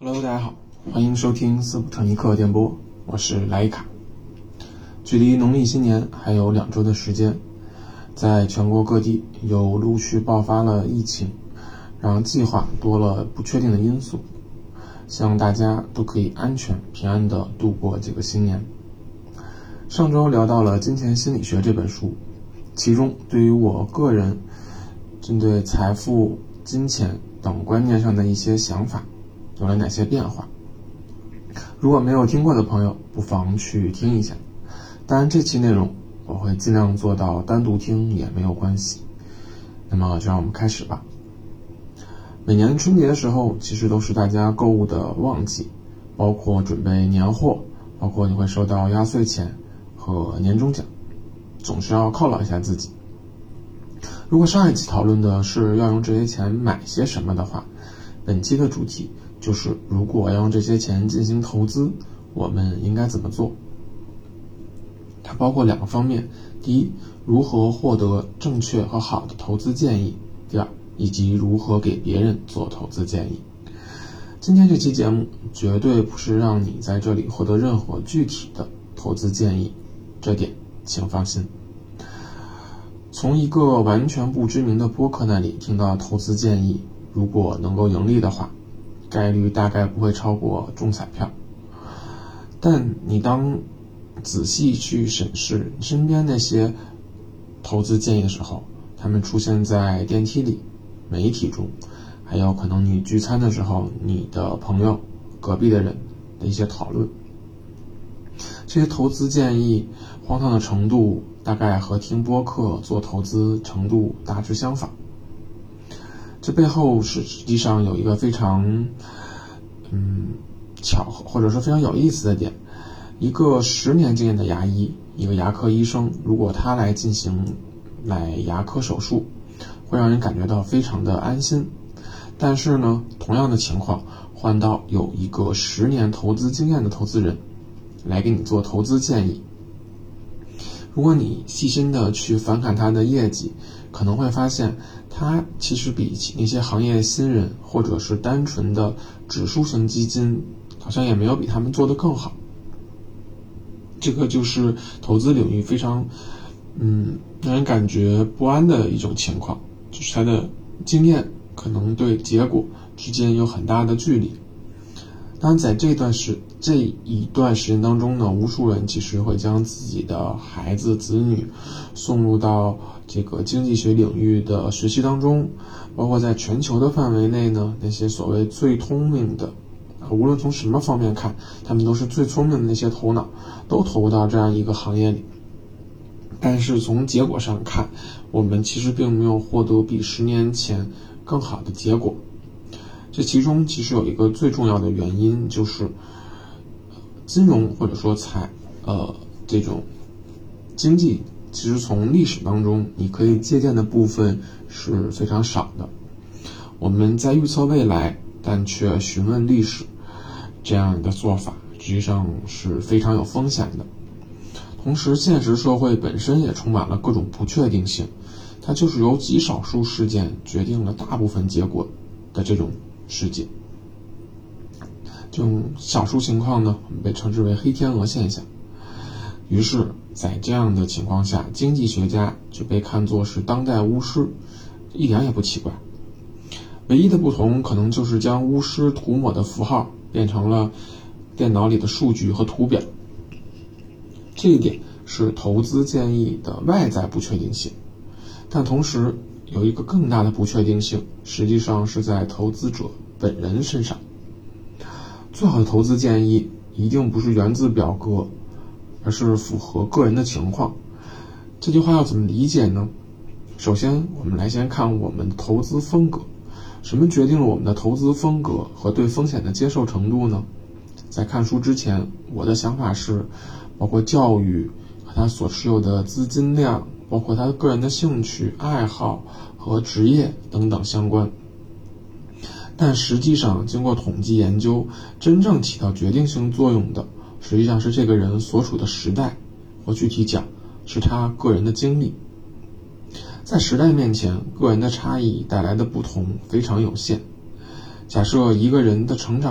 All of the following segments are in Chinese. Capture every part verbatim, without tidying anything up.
Hello， 大家好，欢迎收听斯普特尼克电波，我是莱卡。距离农历新年还有两周的时间，在全国各地又陆续爆发了疫情，让计划多了不确定的因素。希望大家都可以安全平安地度过这个新年。上周聊到了《金钱心理学》这本书，其中对于我个人针对财富、金钱等观念上的一些想法有了哪些变化。如果没有听过的朋友，不妨去听一下。当然这期内容我会尽量做到单独听也没有关系。那么就让我们开始吧。每年春节的时候其实都是大家购物的旺季，包括准备年货，包括你会收到压岁钱和年终奖，总是要犒劳一下自己。如果上一期讨论的是要用这些钱买些什么的话，本期的主题就是如果要用这些钱进行投资，我们应该怎么做。它包括两个方面，第一，如何获得正确和好的投资建议，第二，以及如何给别人做投资建议。今天这期节目绝对不是让你在这里获得任何具体的投资建议，这点请放心。从一个完全不知名的播客那里听到投资建议，如果能够盈利的话，概率大概不会超过中彩票。但你当仔细去审视身边那些投资建议的时候，他们出现在电梯里、媒体中，还有可能你聚餐的时候，你的朋友、隔壁的人的一些讨论。这些投资建议荒唐的程度大概和听播客做投资程度大致相仿。这背后是实际上有一个非常嗯巧合或者说非常有意思的点。一个十年经验的牙医，一个牙科医生，如果他来进行来牙科手术，会让人感觉到非常的安心。但是呢，同样的情况换到有一个十年投资经验的投资人来给你做投资建议，如果你细心的去翻看他的业绩，可能会发现他其实比起那些行业新人或者是单纯的指数型基金，好像也没有比他们做得更好。这个就是投资领域非常嗯让人感觉不安的一种情况，就是他的经验可能对结果之间有很大的距离。当然在这段时这一段时间当中呢，无数人其实会将自己的孩子子女送入到这个经济学领域的学习当中，包括在全球的范围内呢，那些所谓最聪明的，无论从什么方面看，他们都是最聪明的那些头脑都投入到这样一个行业里。但是从结果上看，我们其实并没有获得比十年前更好的结果。这其中其实有一个最重要的原因，就是金融或者说财呃这种经济，其实从历史当中你可以借鉴的部分是非常少的。我们在预测未来，但却询问历史，这样的做法实际上是非常有风险的。同时现实社会本身也充满了各种不确定性，它就是由极少数事件决定了大部分结果的这种世界。这种少数情况呢，我们被称之为黑天鹅现象。于是在这样的情况下，经济学家就被看作是当代巫师，一点也不奇怪。唯一的不同可能就是将巫师涂抹的符号变成了电脑里的数据和图表。这一点是投资建议的外在不确定性，但同时有一个更大的不确定性，实际上是在投资者本人身上。最好的投资建议一定不是源自表格，而是符合个人的情况。这句话要怎么理解呢？首先我们来先看我们的投资风格。什么决定了我们的投资风格和对风险的接受程度呢？在看书之前，我的想法是包括教育和他所持有的资金量，包括他个人的兴趣、爱好和职业等等相关。但实际上经过统计研究，真正起到决定性作用的实际上是这个人所处的时代，或具体讲是他个人的经历。在时代面前，个人的差异带来的不同非常有限。假设一个人的成长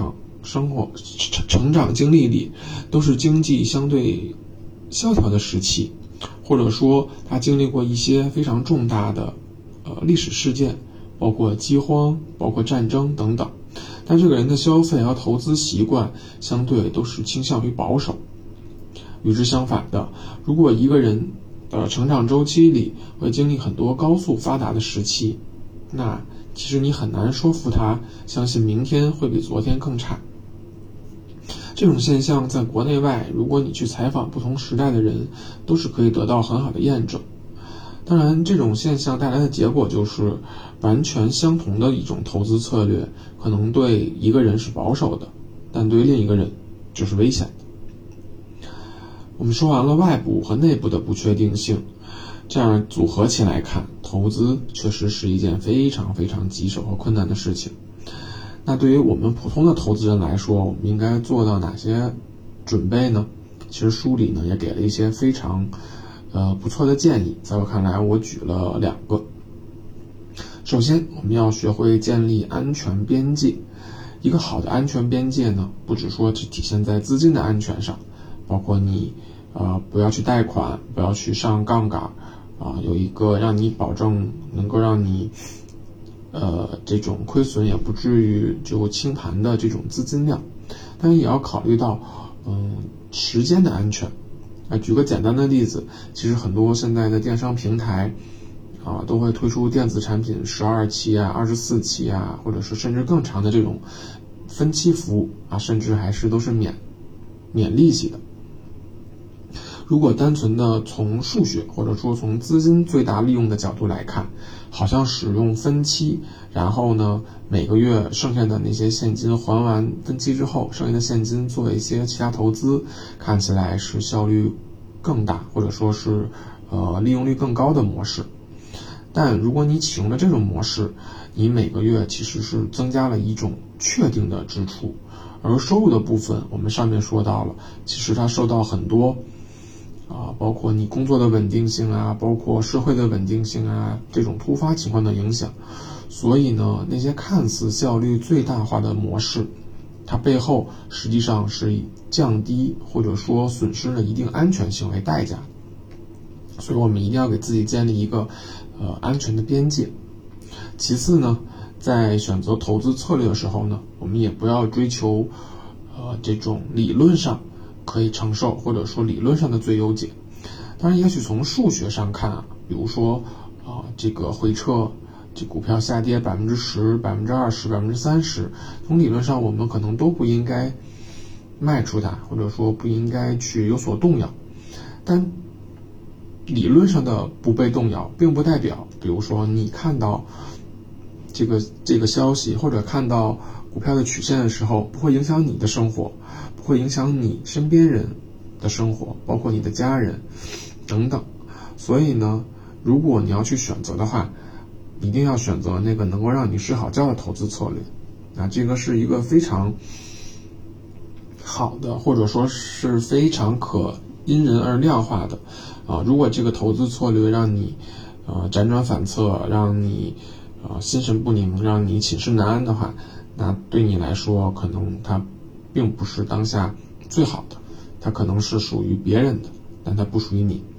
生活成成长经历里都是经济相对萧条的时期，或者说他经历过一些非常重大的呃历史事件，包括饥荒，包括战争等等，但这个人的消费和投资习惯相对都是倾向于保守。与之相反的，如果一个人的成长周期里会经历很多高速发达的时期，那其实你很难说服他相信明天会比昨天更差。这种现象在国内外，如果你去采访不同时代的人，都是可以得到很好的验证。当然，这种现象带来的结果就是完全相同的一种投资策略，可能对一个人是保守的，但对另一个人就是危险的。我们说完了外部和内部的不确定性，这样组合起来看，投资确实是一件非常非常棘手和困难的事情。那对于我们普通的投资人来说，我们应该做到哪些准备呢？其实书里呢也给了一些非常呃不错的建议，在我看来我举了两个。首先，我们要学会建立安全边界。一个好的安全边界呢，不只说只体现在资金的安全上，包括你呃不要去贷款，不要去上杠杆啊、呃，有一个让你保证能够让你呃这种亏损也不至于就清盘的这种资金量，但是也要考虑到嗯时间的安全。啊，举个简单的例子，其实很多现在的电商平台啊都会推出电子产品十二期啊、二十四期啊，或者是甚至更长的这种分期服务啊，甚至还是都是免免利息的。如果单纯的从数学或者说从资金最大利用的角度来看，好像使用分期，然后呢每个月剩下的那些现金还完分期之后，剩下的现金做一些其他投资，看起来是效率更大，或者说是呃利用率更高的模式。但如果你启用了这种模式，你每个月其实是增加了一种确定的支出，而收入的部分我们上面说到了，其实它受到很多啊，包括你工作的稳定性啊，包括社会的稳定性啊，这种突发情况的影响。所以呢，那些看似效率最大化的模式，它背后实际上是以降低或者说损失了一定安全性为代价。所以我们一定要给自己建立一个呃安全的边界。其次呢，在选择投资策略的时候呢，我们也不要追求呃这种理论上可以承受或者说理论上的最优解。当然也许从数学上看啊，比如说啊、呃、这个回撤，这股票下跌百分之十、百分之二十、百分之三十，从理论上我们可能都不应该卖出它，或者说不应该去有所动摇。但理论上的不被动摇，并不代表，比如说你看到这个这个消息，或者看到股票的曲线的时候，不会影响你的生活，不会影响你身边人的生活，包括你的家人等等。所以呢，如果你要去选择的话，一定要选择那个能够让你睡好觉的投资策略。那这个是一个非常好的，或者说是非常可因人而量化的啊。如果这个投资策略让你呃辗转反侧，让你呃心神不宁，让你寝食难安的话，那对你来说可能它并不是当下最好的，它可能是属于别人的，但它不属于你。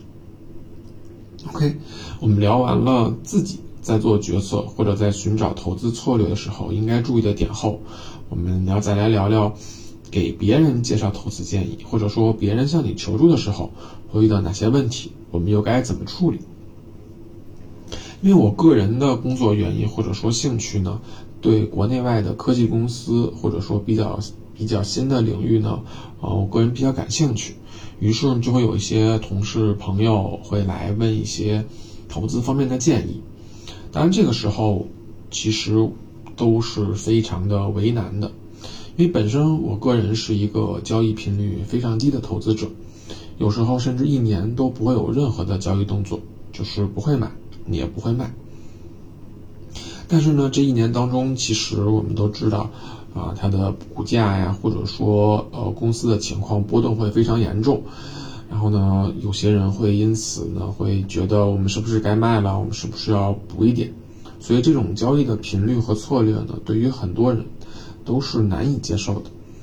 OK， 我们聊完了自己在做决策或者在寻找投资策略的时候应该注意的点后，我们要再来聊聊给别人介绍投资建议，或者说别人向你求助的时候会遇到哪些问题，我们又该怎么处理。因为我个人的工作原因或者说兴趣呢，对国内外的科技公司或者说比较比较新的领域呢，呃，我个人比较感兴趣，于是就会有一些同事朋友会来问一些投资方面的建议。当然这个时候其实都是非常的为难的，因为本身我个人是一个交易频率非常低的投资者，有时候甚至一年都不会有任何的交易动作，就是不会买也不会卖。但是呢，这一年当中，其实我们都知道啊，它的股价呀，或者说呃公司的情况波动会非常严重。然后呢，有些人会因此呢会觉得我们是不是该卖了，我们是不是要补一点。所以这种交易的频率和策略呢，对于很多人都是难以接受的。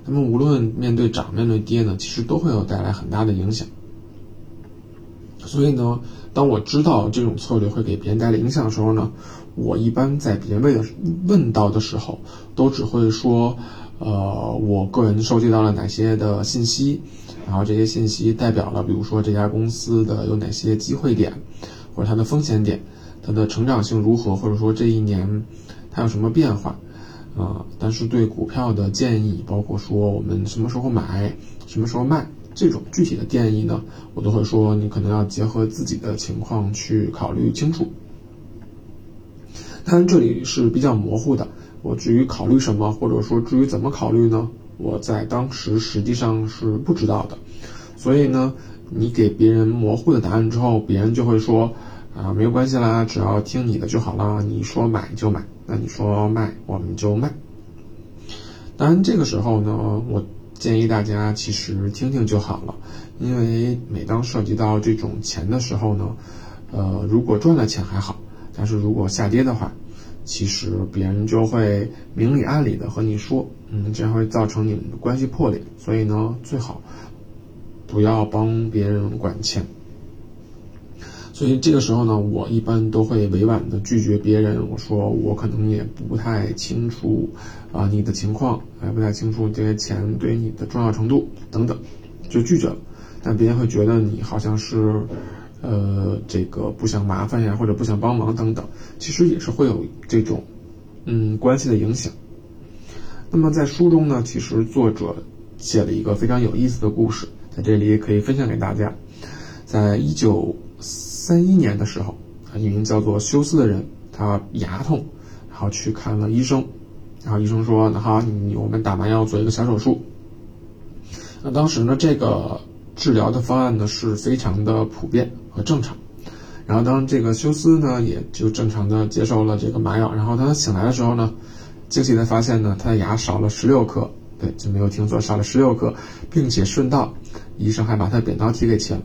那么无论面对涨面对跌呢，其实都会有带来很大的影响。所以呢，当我知道这种策略会给别人带来影响的时候呢，我一般在别人问的问到的时候，都只会说，呃，我个人收集到了哪些的信息，然后这些信息代表了，比如说这家公司的有哪些机会点，或者它的风险点，它的成长性如何，或者说这一年它有什么变化，啊、呃，但是对股票的建议，包括说我们什么时候买，什么时候卖。这种具体的建议呢，我都会说你可能要结合自己的情况去考虑清楚。当然这里是比较模糊的，我至于考虑什么，或者说至于怎么考虑呢，我在当时实际上是不知道的。所以呢，你给别人模糊的答案之后，别人就会说啊，没有关系啦，只要听你的就好啦，你说买就买，那你说卖我们就卖。当然这个时候呢，我建议大家其实听听就好了，因为每当涉及到这种钱的时候呢，呃，如果赚了钱还好，但是如果下跌的话，其实别人就会明里暗里的和你说，嗯，这样会造成你们的关系破裂，所以呢，最好不要帮别人管钱。所以这个时候呢，我一般都会委婉的拒绝别人，我说我可能也不太清楚啊、呃、你的情况，还不太清楚这些钱对你的重要程度等等，就拒绝了。但别人会觉得你好像是呃这个不想麻烦呀，或者不想帮忙等等，其实也是会有这种嗯关系的影响。那么在书中呢，其实作者写了一个非常有意思的故事，在这里也可以分享给大家。在一九三一年的时候，一名叫做休斯的人，他牙痛，然后去看了医生，然后医生说，那好，你我们打麻药做一个小手术。那当时呢，这个治疗的方案呢是非常的普遍和正常。然后当这个休斯呢也就正常的接受了这个麻药，然后他醒来的时候呢，惊喜的发现呢，他的牙少了十六颗，对，就没有听错，少了十六颗，并且顺道医生还把他扁桃体给切了。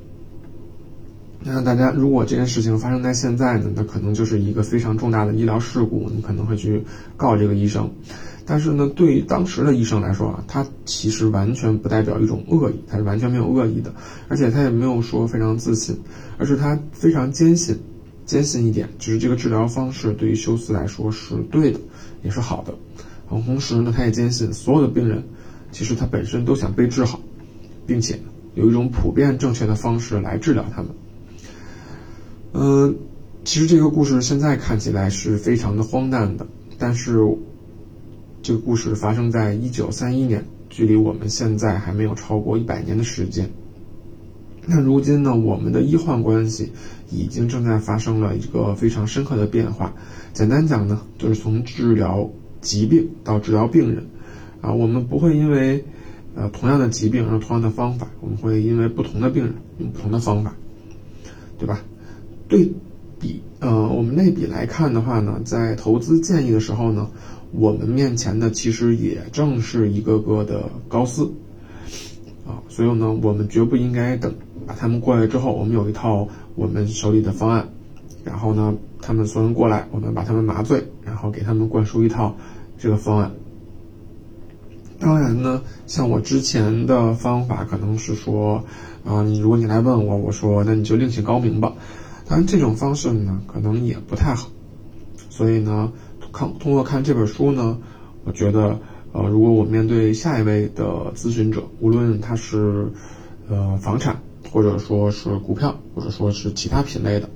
那大家如果这件事情发生在现在呢，那可能就是一个非常重大的医疗事故，你可能会去告这个医生。但是呢，对于当时的医生来说啊，他其实完全不代表一种恶意，他是完全没有恶意的，而且他也没有说非常自信，而是他非常坚信，坚信一点，就是这个治疗方式对于休斯来说是对的，也是好的。同时呢，他也坚信所有的病人，其实他本身都想被治好，并且有一种普遍正确的方式来治疗他们。嗯、呃，其实这个故事现在看起来是非常的荒诞的，但是这个故事发生在一九三一年，距离我们现在还没有超过一百年的时间。那如今呢，我们的医患关系已经正在发生了一个非常深刻的变化。简单讲呢，就是从治疗疾病到治疗病人啊，我们不会因为呃同样的疾病用同样的方法，我们会因为不同的病人用不同的方法，对吧？对比呃，我们类比来看的话呢，在投资建议的时候呢，我们面前的其实也正是一个个的高丝啊，所以呢，我们绝不应该等把他们过来之后，我们有一套我们手里的方案，然后呢，他们所有人过来，我们把他们麻醉，然后给他们灌输一套这个方案。当然呢，像我之前的方法可能是说啊，你如果你来问我，我说那你就另请高明吧。当然这种方式呢，可能也不太好。所以呢，看通过看这本书呢，我觉得呃，如果我面对下一位的咨询者，无论他是呃房产，或者说是股票，或者说是其他品类的，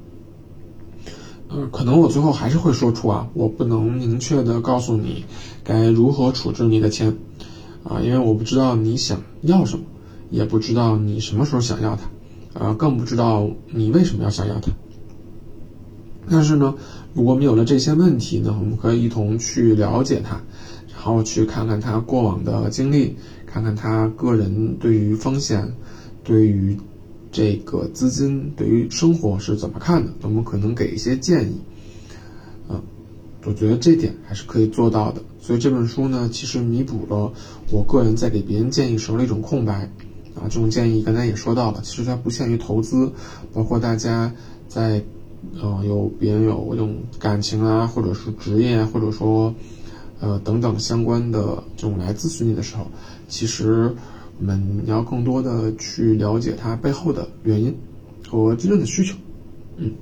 呃，可能我最后还是会说出啊，我不能明确的告诉你该如何处置你的钱啊，因为我不知道你想要什么，也不知道你什么时候想要它。呃，更不知道你为什么要想要它。但是呢，如果我们有了这些问题呢，我们可以一同去了解它，然后去看看他过往的经历，看看他个人对于风险、对于这个资金、对于生活是怎么看的，我们可能给一些建议。嗯、呃，我觉得这点还是可以做到的。所以这本书呢，其实弥补了我个人在给别人建议时候的一种空白。啊，这种建议刚才也说到了，其实它不限于投资，包括大家在呃有别人有这种感情啊，或者是职业，或者说呃等等相关的这种来咨询你的时候，其实我们要更多的去了解它背后的原因和真正的需求。嗯，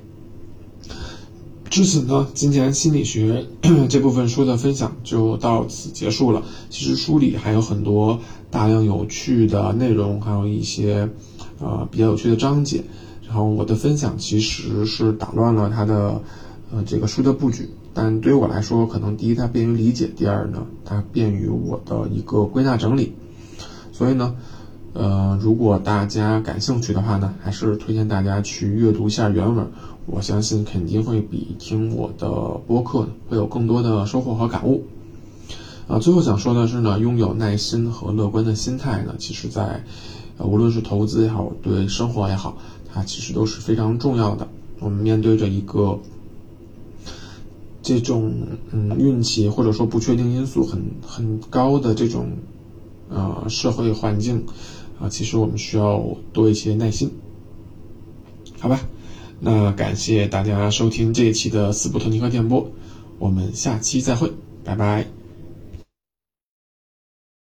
至此呢，今天心理学这部分书的分享就到此结束了。其实书里还有很多大量有趣的内容，还有一些呃比较有趣的章节。然后我的分享其实是打乱了它的呃这个书的布局，但对于我来说，可能第一它便于理解，第二呢它便于我的一个归纳整理。所以呢呃如果大家感兴趣的话呢，还是推荐大家去阅读一下原文，我相信肯定会比听我的播客会有更多的收获和感悟。啊，最后想说的是呢，拥有耐心和乐观的心态呢，其实在呃无论是投资也好，对生活也好，它其实都是非常重要的。我们面对着一个这种嗯运气或者说不确定因素很很高的这种呃社会环境啊，其实我们需要多一些耐心。好吧，那感谢大家收听这一期的斯普特尼克电波，我们下期再会，拜拜。